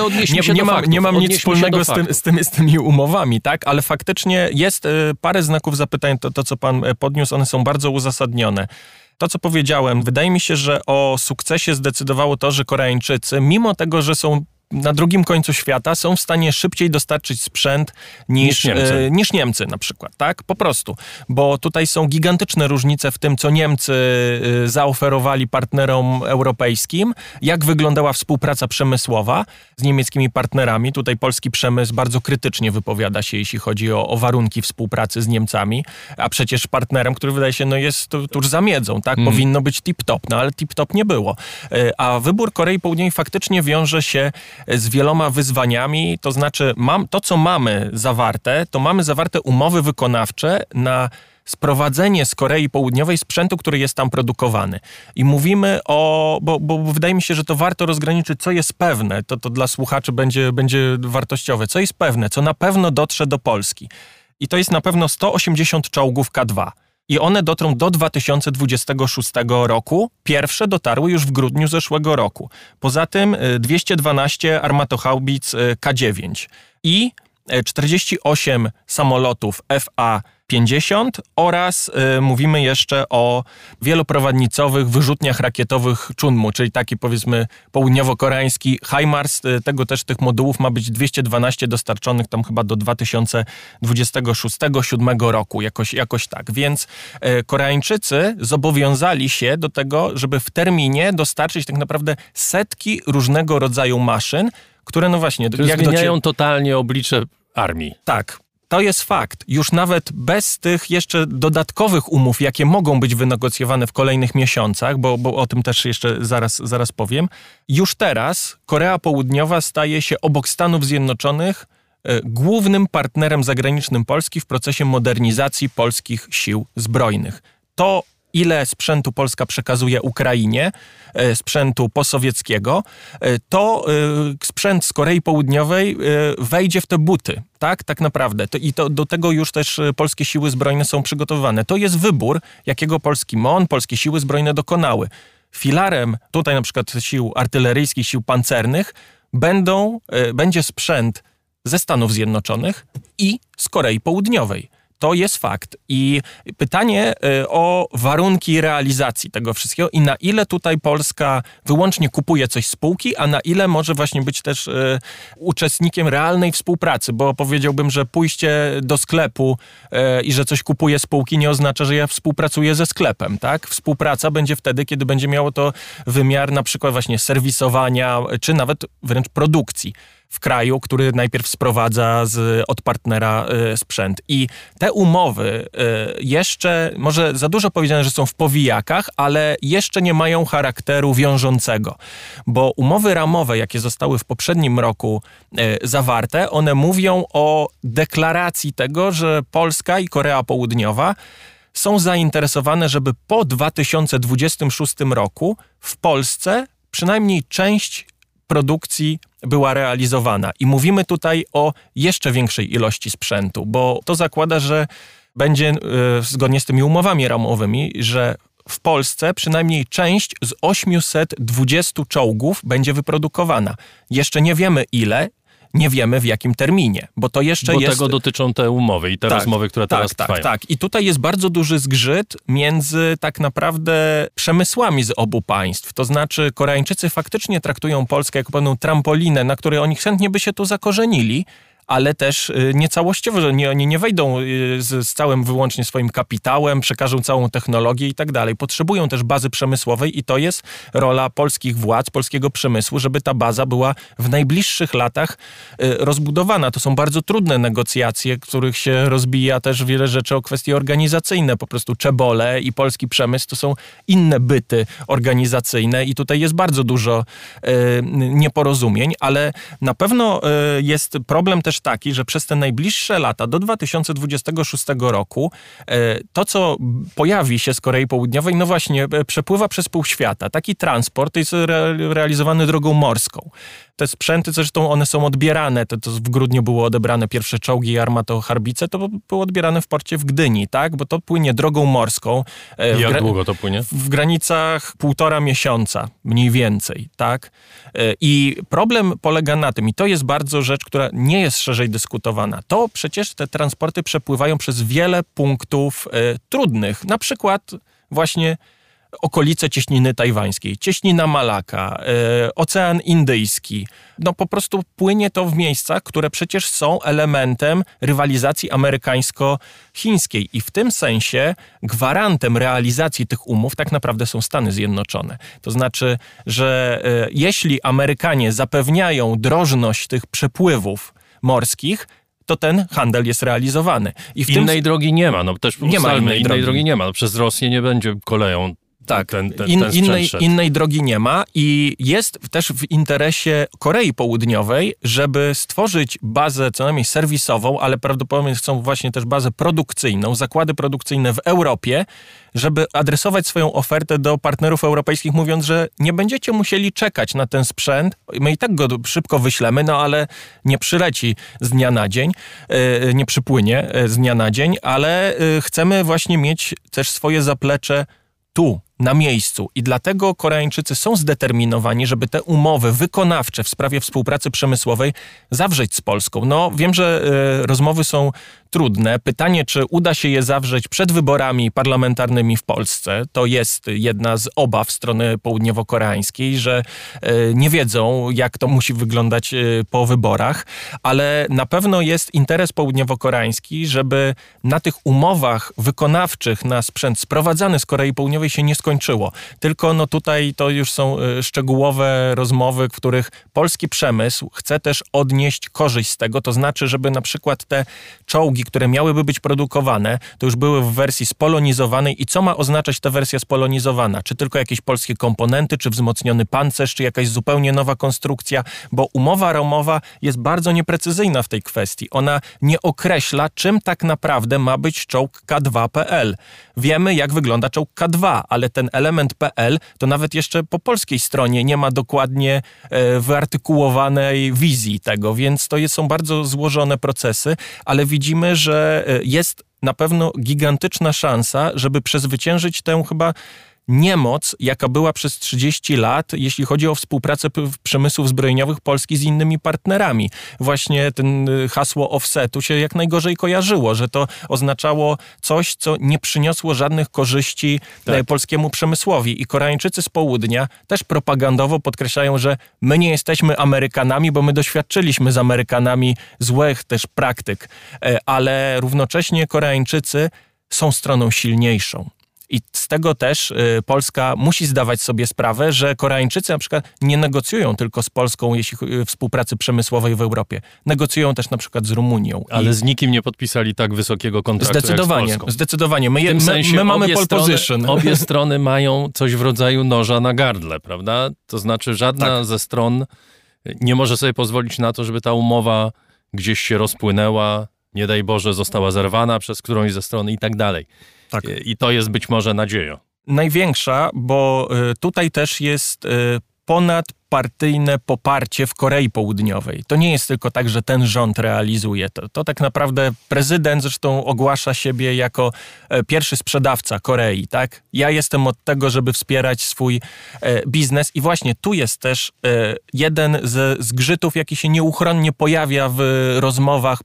mam nic wspólnego z tymi umowami, tak? Ale faktycznie jest parę znaków zapytań, to co pan podniósł, one są bardzo uzasadnione. To, co powiedziałem, wydaje mi się, że o sukcesie zdecydowało to, że Koreańczycy, mimo tego, że są na drugim końcu świata, są w stanie szybciej dostarczyć sprzęt niż Niemcy na przykład, tak? Po prostu. Bo tutaj są gigantyczne różnice w tym, co Niemcy zaoferowali partnerom europejskim, jak wyglądała współpraca przemysłowa z niemieckimi partnerami. Tutaj polski przemysł bardzo krytycznie wypowiada się, jeśli chodzi o warunki współpracy z Niemcami, a przecież partnerem, który wydaje się, jest tuż za miedzą, tak? Powinno być tip-top, ale tip-top nie było. A wybór Korei Południowej faktycznie wiąże się z wieloma wyzwaniami, to znaczy co mamy zawarte, to mamy zawarte umowy wykonawcze na sprowadzenie z Korei Południowej sprzętu, który jest tam produkowany. I mówimy bo wydaje mi się, że to warto rozgraniczyć, co jest pewne, to dla słuchaczy będzie wartościowe, co jest pewne, co na pewno dotrze do Polski. I to jest na pewno 180 czołgów K2. I one dotrą do 2026 roku. Pierwsze dotarły już w grudniu zeszłego roku. Poza tym 212 armatohaubic K9 i 48 samolotów FA-50 S-50 oraz mówimy jeszcze o wieloprowadnicowych wyrzutniach rakietowych Chunmu, czyli taki powiedzmy południowo-koreański HIMARS. Tych modułów ma być 212 dostarczonych tam chyba do 2026-2027 roku, jakoś tak. Więc Koreańczycy zobowiązali się do tego, żeby w terminie dostarczyć tak naprawdę setki różnego rodzaju maszyn, które no właśnie... Które zmieniają totalnie oblicze armii. Tak. To jest fakt. Już nawet bez tych jeszcze dodatkowych umów, jakie mogą być wynegocjowane w kolejnych miesiącach, bo o tym też jeszcze zaraz powiem, już teraz Korea Południowa staje się obok Stanów Zjednoczonych głównym partnerem zagranicznym Polski w procesie modernizacji polskich sił zbrojnych. To, ile sprzętu Polska przekazuje Ukrainie, sprzętu posowieckiego, to sprzęt z Korei Południowej wejdzie w te buty, tak naprawdę. Do tego już też polskie siły zbrojne są przygotowywane. To jest wybór, jakiego polski MON, polskie siły zbrojne dokonały. Filarem tutaj na przykład sił artyleryjskich, sił pancernych będzie sprzęt ze Stanów Zjednoczonych i z Korei Południowej. To jest fakt. I pytanie o warunki realizacji tego wszystkiego i na ile tutaj Polska wyłącznie kupuje coś z spółki, a na ile może właśnie być też uczestnikiem realnej współpracy, bo powiedziałbym, że pójście do sklepu i że coś kupuję z spółki nie oznacza, że ja współpracuję ze sklepem, tak? Współpraca będzie wtedy, kiedy będzie miało to wymiar na przykład właśnie serwisowania, czy nawet wręcz produkcji w kraju, który najpierw sprowadza od partnera sprzęt. I te umowy jeszcze, może za dużo powiedziane, że są w powijakach, ale jeszcze nie mają charakteru wiążącego. Bo umowy ramowe, jakie zostały w poprzednim roku zawarte, one mówią o deklaracji tego, że Polska i Korea Południowa są zainteresowane, żeby po 2026 roku w Polsce przynajmniej część produkcji była realizowana. I mówimy tutaj o jeszcze większej ilości sprzętu, bo to zakłada, że będzie zgodnie z tymi umowami ramowymi, że w Polsce przynajmniej część z 820 czołgów będzie wyprodukowana. Jeszcze nie wiemy ile, nie wiemy w jakim terminie, bo to jeszcze jest... Bo tego dotyczą te umowy i te rozmowy, które teraz trwają. Tak. I tutaj jest bardzo duży zgrzyt między tak naprawdę przemysłami z obu państw. To znaczy Koreańczycy faktycznie traktują Polskę jako pewną trampolinę, na której oni chętnie by się tu zakorzenili, ale też niecałościowo, że oni nie wejdą z całym wyłącznie swoim kapitałem, przekażą całą technologię i tak dalej. Potrzebują też bazy przemysłowej i to jest rola polskich władz, polskiego przemysłu, żeby ta baza była w najbliższych latach rozbudowana. To są bardzo trudne negocjacje, których się rozbija też wiele rzeczy o kwestie organizacyjne. Po prostu czebole i polski przemysł to są inne byty organizacyjne i tutaj jest bardzo dużo nieporozumień, ale na pewno jest problem też taki, że przez te najbliższe lata do 2026 roku to, co pojawi się z Korei Południowej, no właśnie przepływa przez pół świata. Taki transport jest realizowany drogą morską. Te sprzęty, zresztą one są odbierane, to w grudniu było odebrane pierwsze czołgi i armatoharbice, to było odbierane w porcie w Gdyni, tak? Bo to płynie drogą morską. Jak długo to płynie? W granicach 1,5 miesiąca, mniej więcej, tak? I problem polega na tym, i to jest bardzo rzecz, która nie jest szerzej dyskutowana, to przecież te transporty przepływają przez wiele punktów trudnych, na przykład właśnie okolice cieśniny tajwańskiej, cieśnina Malaka, Ocean Indyjski. No po prostu płynie to w miejscach, które przecież są elementem rywalizacji amerykańsko-chińskiej i w tym sensie gwarantem realizacji tych umów tak naprawdę są Stany Zjednoczone. To znaczy, że jeśli Amerykanie zapewniają drożność tych przepływów morskich, to ten handel jest realizowany. I innej drogi nie ma. No też nie ma innej drogi nie ma. No, przez Rosję nie będzie koleją. Tak, innej drogi nie ma i jest też w interesie Korei Południowej, żeby stworzyć bazę co najmniej serwisową, ale prawdopodobnie chcą właśnie też bazę produkcyjną, zakłady produkcyjne w Europie, żeby adresować swoją ofertę do partnerów europejskich, mówiąc, że nie będziecie musieli czekać na ten sprzęt, my i tak go szybko wyślemy, no ale nie przyleci z dnia na dzień, nie przypłynie z dnia na dzień, ale chcemy właśnie mieć też swoje zaplecze tu, na miejscu. I dlatego Koreańczycy są zdeterminowani, żeby te umowy wykonawcze w sprawie współpracy przemysłowej zawrzeć z Polską. No, wiem, że rozmowy są trudne. Pytanie, czy uda się je zawrzeć przed wyborami parlamentarnymi w Polsce. To jest jedna z obaw strony południowo-koreańskiej, że nie wiedzą, jak to musi wyglądać po wyborach, ale na pewno jest interes południowo-koreański, żeby na tych umowach wykonawczych na sprzęt sprowadzany z Korei Południowej się nie skończyło. Tylko no tutaj to już są szczegółowe rozmowy, w których polski przemysł chce też odnieść korzyść z tego, to znaczy, żeby na przykład te czołgi, które miałyby być produkowane, to już były w wersji spolonizowanej. I co ma oznaczać ta wersja spolonizowana? Czy tylko jakieś polskie komponenty, czy wzmocniony pancerz, czy jakaś zupełnie nowa konstrukcja? Bo umowa ramowa jest bardzo nieprecyzyjna w tej kwestii. Ona nie określa, czym tak naprawdę ma być czołg K2PL. Wiemy, jak wygląda czołg K2, ale ten element PL to nawet jeszcze po polskiej stronie nie ma dokładnie wyartykułowanej wizji tego, więc to są bardzo złożone procesy, ale widzimy, że jest na pewno gigantyczna szansa, żeby przezwyciężyć tę chyba niemoc, jaka była przez 30 lat, jeśli chodzi o współpracę przemysłów zbrojeniowych Polski z innymi partnerami. Właśnie ten hasło offsetu się jak najgorzej kojarzyło, że to oznaczało coś, co nie przyniosło żadnych korzyści polskiemu przemysłowi. I Koreańczycy z południa też propagandowo podkreślają, że my nie jesteśmy Amerykanami, bo my doświadczyliśmy z Amerykanami złych też praktyk, ale równocześnie Koreańczycy są stroną silniejszą. I z tego też Polska musi zdawać sobie sprawę, że Koreańczycy na przykład nie negocjują tylko z Polską, jeśli chodzi o współpracy przemysłowej w Europie. Negocjują też na przykład z Rumunią. Ale z nikim nie podpisali tak wysokiego kontraktu jak z Polską. Zdecydowanie. My mamy pole position. Obie strony mają coś w rodzaju noża na gardle, prawda? To znaczy żadna ze stron nie może sobie pozwolić na to, żeby ta umowa gdzieś się rozpłynęła, nie daj Boże, została zerwana przez którąś ze stron i tak dalej. Tak. I to jest być może nadzieja. Największa, bo tutaj też jest ponadpartyjne poparcie w Korei Południowej. To nie jest tylko tak, że ten rząd realizuje to. To tak naprawdę prezydent zresztą ogłasza siebie jako pierwszy sprzedawca Korei, tak? Ja jestem od tego, żeby wspierać swój biznes i właśnie tu jest też jeden ze zgrzytów, jaki się nieuchronnie pojawia w rozmowach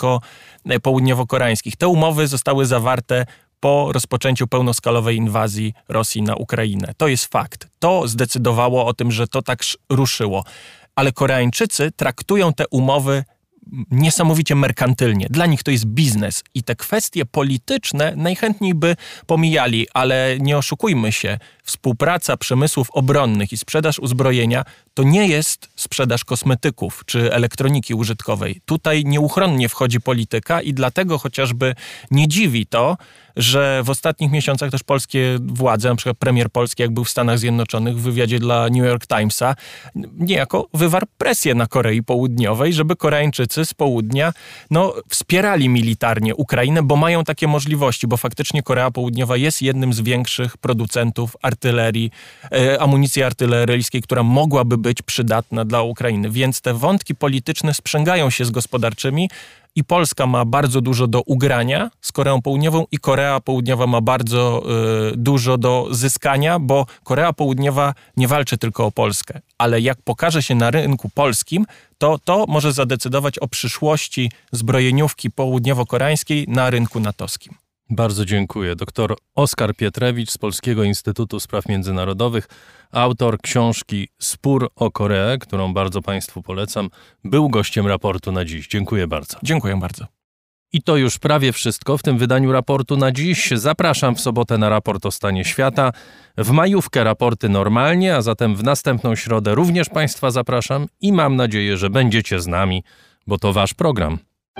polsko-południowo-koreańskich. Te umowy zostały zawarte po rozpoczęciu pełnoskalowej inwazji Rosji na Ukrainę. To jest fakt. To zdecydowało o tym, że to tak ruszyło. Ale Koreańczycy traktują te umowy niesamowicie merkantylnie. Dla nich to jest biznes i te kwestie polityczne najchętniej by pomijali, ale nie oszukujmy się, współpraca przemysłów obronnych i sprzedaż uzbrojenia to nie jest sprzedaż kosmetyków czy elektroniki użytkowej. Tutaj nieuchronnie wchodzi polityka i dlatego chociażby nie dziwi to, że w ostatnich miesiącach też polskie władze, na przykład premier polski, jak był w Stanach Zjednoczonych w wywiadzie dla New York Timesa, niejako wywarł presję na Korei Południowej, żeby Koreańczycy z południa wspierali militarnie Ukrainę, bo mają takie możliwości, bo faktycznie Korea Południowa jest jednym z większych producentów artylerii, amunicji artyleryjskiej, która mogłaby być przydatna dla Ukrainy. Więc te wątki polityczne sprzęgają się z gospodarczymi i Polska ma bardzo dużo do ugrania z Koreą Południową i Korea Południowa ma bardzo dużo do zyskania, bo Korea Południowa nie walczy tylko o Polskę, ale jak pokaże się na rynku polskim, to może zadecydować o przyszłości zbrojeniówki południowo-koreańskiej na rynku natowskim. Bardzo dziękuję. Dr Oskar Pietrewicz z Polskiego Instytutu Spraw Międzynarodowych, autor książki Spór o Koreę, którą bardzo Państwu polecam, był gościem Raportu na dziś. Dziękuję bardzo. Dziękuję bardzo. I to już prawie wszystko w tym wydaniu Raportu na dziś. Zapraszam w sobotę na raport o stanie świata. W majówkę raporty normalnie, a zatem w następną środę również Państwa zapraszam i mam nadzieję, że będziecie z nami, bo to Wasz program.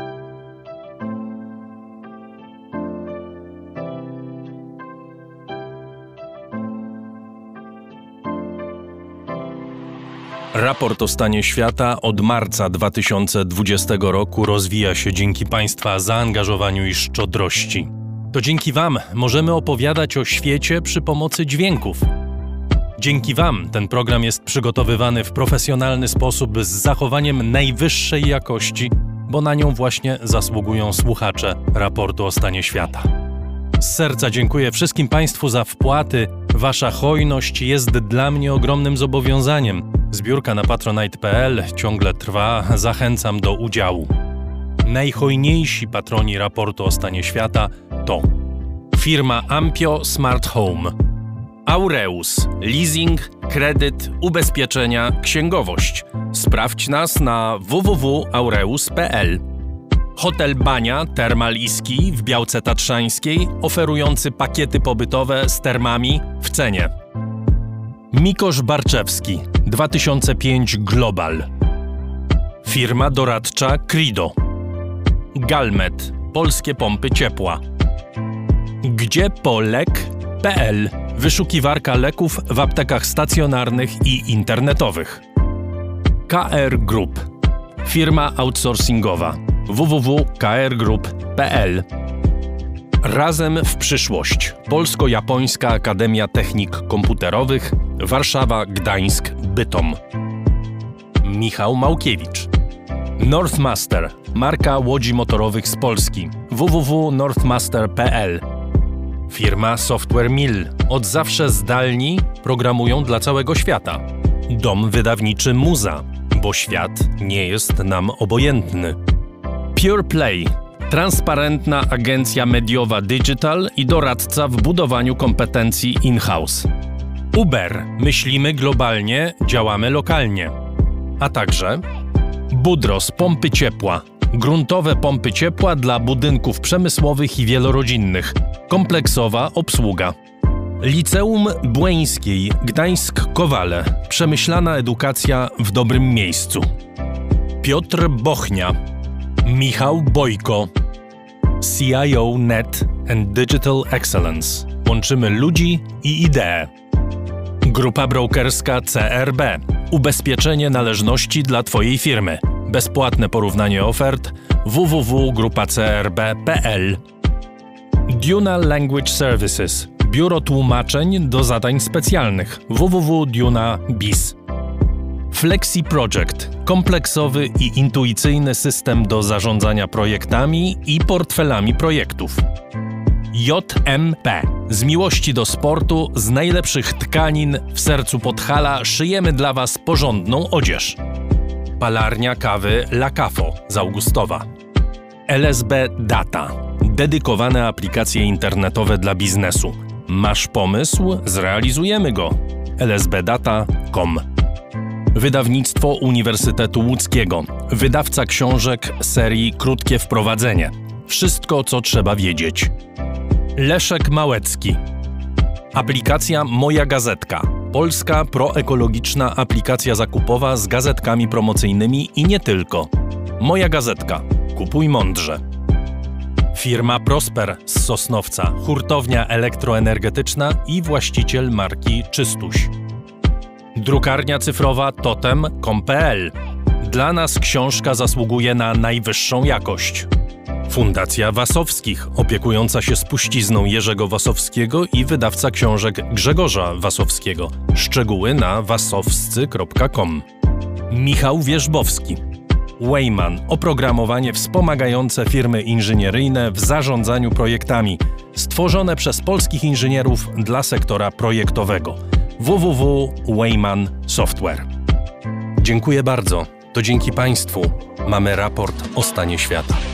Raport o stanie świata od marca 2020 roku rozwija się dzięki Państwa zaangażowaniu i szczodrości. To dzięki Wam możemy opowiadać o świecie przy pomocy dźwięków. Dzięki Wam ten program jest przygotowywany w profesjonalny sposób z zachowaniem najwyższej jakości, bo na nią właśnie zasługują słuchacze Raportu o stanie świata. Z serca dziękuję wszystkim Państwu za wpłaty Wasza hojność jest dla mnie ogromnym zobowiązaniem. Zbiórka na patronite.pl ciągle trwa, zachęcam do udziału. Najhojniejsi patroni raportu o stanie świata to firma Ampio Smart Home, Aureus, leasing, kredyt, ubezpieczenia, księgowość. Sprawdź nas na www.aureus.pl. Hotel Bania Thermal Iski w Białce Tatrzańskiej, oferujący pakiety pobytowe z termami w cenie. Mikosz Barczewski, 2005 Global. Firma doradcza Crido. Galmet, polskie pompy ciepła. Gdziepolek.pl, wyszukiwarka leków w aptekach stacjonarnych i internetowych. KR Group, firma outsourcingowa. www.krgroup.pl. Razem w przyszłość. Polsko-Japońska Akademia Technik Komputerowych, Warszawa, Gdańsk, Bytom. Michał Małkiewicz. Northmaster, marka łodzi motorowych z Polski. www.northmaster.pl. Firma Software Mill. Od zawsze zdalni programują dla całego świata. Dom wydawniczy Muza, bo świat nie jest nam obojętny. Pure Play. Transparentna agencja mediowa digital i doradca w budowaniu kompetencji in-house. Uber. Myślimy globalnie, działamy lokalnie. A także Budros Pompy Ciepła. Gruntowe pompy ciepła dla budynków przemysłowych i wielorodzinnych. Kompleksowa obsługa. Liceum Błeńskiej, Gdańsk-Kowale. Przemyślana edukacja w dobrym miejscu. Piotr Bochnia. Michał Bojko. CIO Net and Digital Excellence. Łączymy ludzi i idee. Grupa brokerska CRB. Ubezpieczenie należności dla Twojej firmy. Bezpłatne porównanie ofert www.grupacrb.pl. Duna Language Services. Biuro tłumaczeń do zadań specjalnych www.duna.biz. Flexi Project. Kompleksowy i intuicyjny system do zarządzania projektami i portfelami projektów. JMP. Z miłości do sportu, z najlepszych tkanin w sercu Podhala szyjemy dla Was porządną odzież. Palarnia kawy La Cafo z Augustowa. LSB Data. Dedykowane aplikacje internetowe dla biznesu. Masz pomysł? Zrealizujemy go. lsbdata.com. Wydawnictwo Uniwersytetu Łódzkiego. Wydawca książek serii Krótkie Wprowadzenie. Wszystko, co trzeba wiedzieć. Leszek Małecki. Aplikacja Moja Gazetka. Polska proekologiczna aplikacja zakupowa z gazetkami promocyjnymi i nie tylko. Moja Gazetka. Kupuj mądrze. Firma Prosper z Sosnowca. Hurtownia elektroenergetyczna i właściciel marki Czystuś. Drukarnia cyfrowa totem.com.pl. Dla nas książka zasługuje na najwyższą jakość. Fundacja Wasowskich, opiekująca się spuścizną Jerzego Wasowskiego i wydawca książek Grzegorza Wasowskiego. Szczegóły na wasowscy.com. Michał Wierzbowski. Wayman. Oprogramowanie wspomagające firmy inżynieryjne w zarządzaniu projektami. Stworzone przez polskich inżynierów dla sektora projektowego. www.Wayman Software. Dziękuję bardzo. To dzięki Państwu mamy raport o stanie świata.